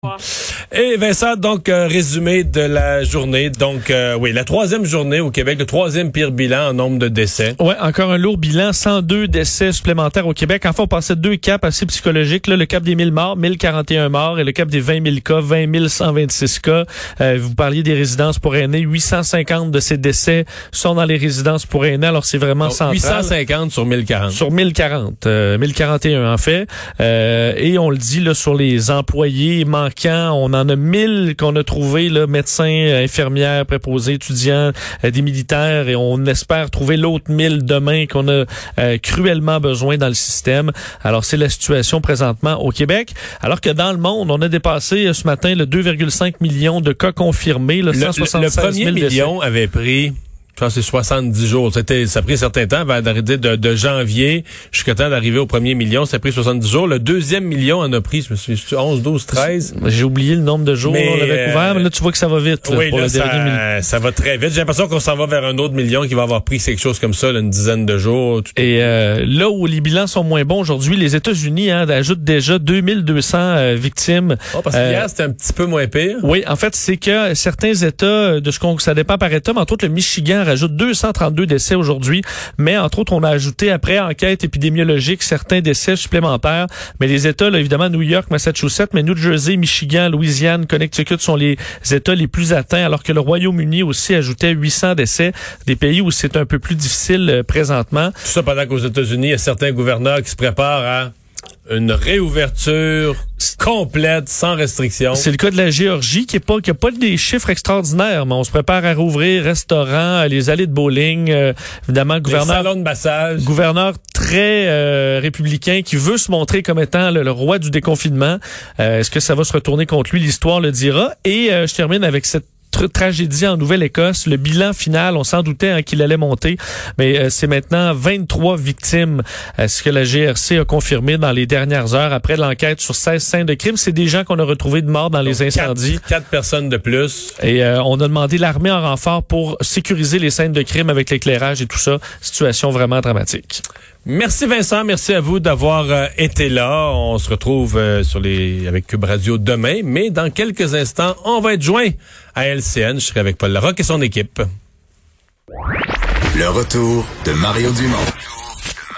Et Vincent, donc, résumé de la journée. Donc, oui, la troisième journée au Québec, le troisième pire bilan en nombre de décès. Ouais, encore un lourd bilan, 102 décès supplémentaires au Québec. Enfin, on passait deux caps assez psychologiques, là, le cap des 1000 morts, 1041 morts, et le cap des 20 000 cas, 20 126 cas. Vous parliez des résidences pour aînés, 850 de ces décès sont dans les résidences pour aînés, alors c'est vraiment donc, central. 850 sur 1040. Sur 1040, 1041 en fait. Et on le dit, là, sur les employés manquants, on en a 1000 qu'on a trouvé, là, médecins, infirmières, préposés, étudiants, des militaires, et on espère trouver l'autre 1000 demain qu'on a cruellement besoin dans le système. Alors, c'est la situation présentement au Québec. Alors que dans le monde, on a dépassé ce matin le 2,5 millions de cas confirmés, là, 176 000 le premier million avait pris... Je pense que c'est 70 jours. Ça a pris un certain temps avant d'arriver de janvier jusqu'à temps d'arriver au premier million. Ça a pris 70 jours. Le deuxième million en a pris, je me suis 11, 12, 13. J'ai oublié le nombre de jours on l'avait couvert, mais là, tu vois que ça va vite. Là, oui, pour là, le dernier million. Ça va très vite. J'ai l'impression qu'on s'en va vers un autre million qui va avoir pris quelque chose comme ça, là, une dizaine de jours. Et là où les bilans sont moins bons aujourd'hui, les États-Unis ajoutent déjà 2200 victimes. Oh, parce qu'hier, c'était un petit peu moins pire. Oui, en fait, c'est que certains États, ça dépend par État, mais entre autres, le Michigan rajoute 232 décès aujourd'hui, mais entre autres, on a ajouté après enquête épidémiologique certains décès supplémentaires, mais les États, là, évidemment, New York, Massachusetts, mais New Jersey, Michigan, Louisiane, Connecticut sont les États les plus atteints, alors que le Royaume-Uni aussi ajoutait 800 décès, des pays où c'est un peu plus difficile présentement. Tout ça pendant qu'aux États-Unis, il y a certains gouverneurs qui se préparent à une réouverture complète, sans restriction. C'est le cas de la Géorgie qui a pas des chiffres extraordinaires, mais on se prépare à rouvrir restaurants, les allées de bowling, évidemment, gouverneur. Les salons de massage. Gouverneur très républicain qui veut se montrer comme étant le roi du déconfinement. Est-ce que ça va se retourner contre lui? L'histoire le dira. Et je termine avec cette tragédie en Nouvelle-Écosse. Le bilan final, on s'en doutait qu'il allait monter, mais c'est maintenant 23 victimes, ce que la GRC a confirmé dans les dernières heures après l'enquête sur 16 scènes de crime. C'est des gens qu'on a retrouvés de morts dans les incendies. 4 personnes de plus. Et on a demandé l'armée en renfort pour sécuriser les scènes de crime avec l'éclairage et tout ça. Situation vraiment dramatique. Merci Vincent, merci à vous d'avoir été là. On se retrouve avec Cube Radio demain, mais dans quelques instants, on va être joint à LCN. Je serai avec Paul Larocque et son équipe. Le retour de Mario Dumont.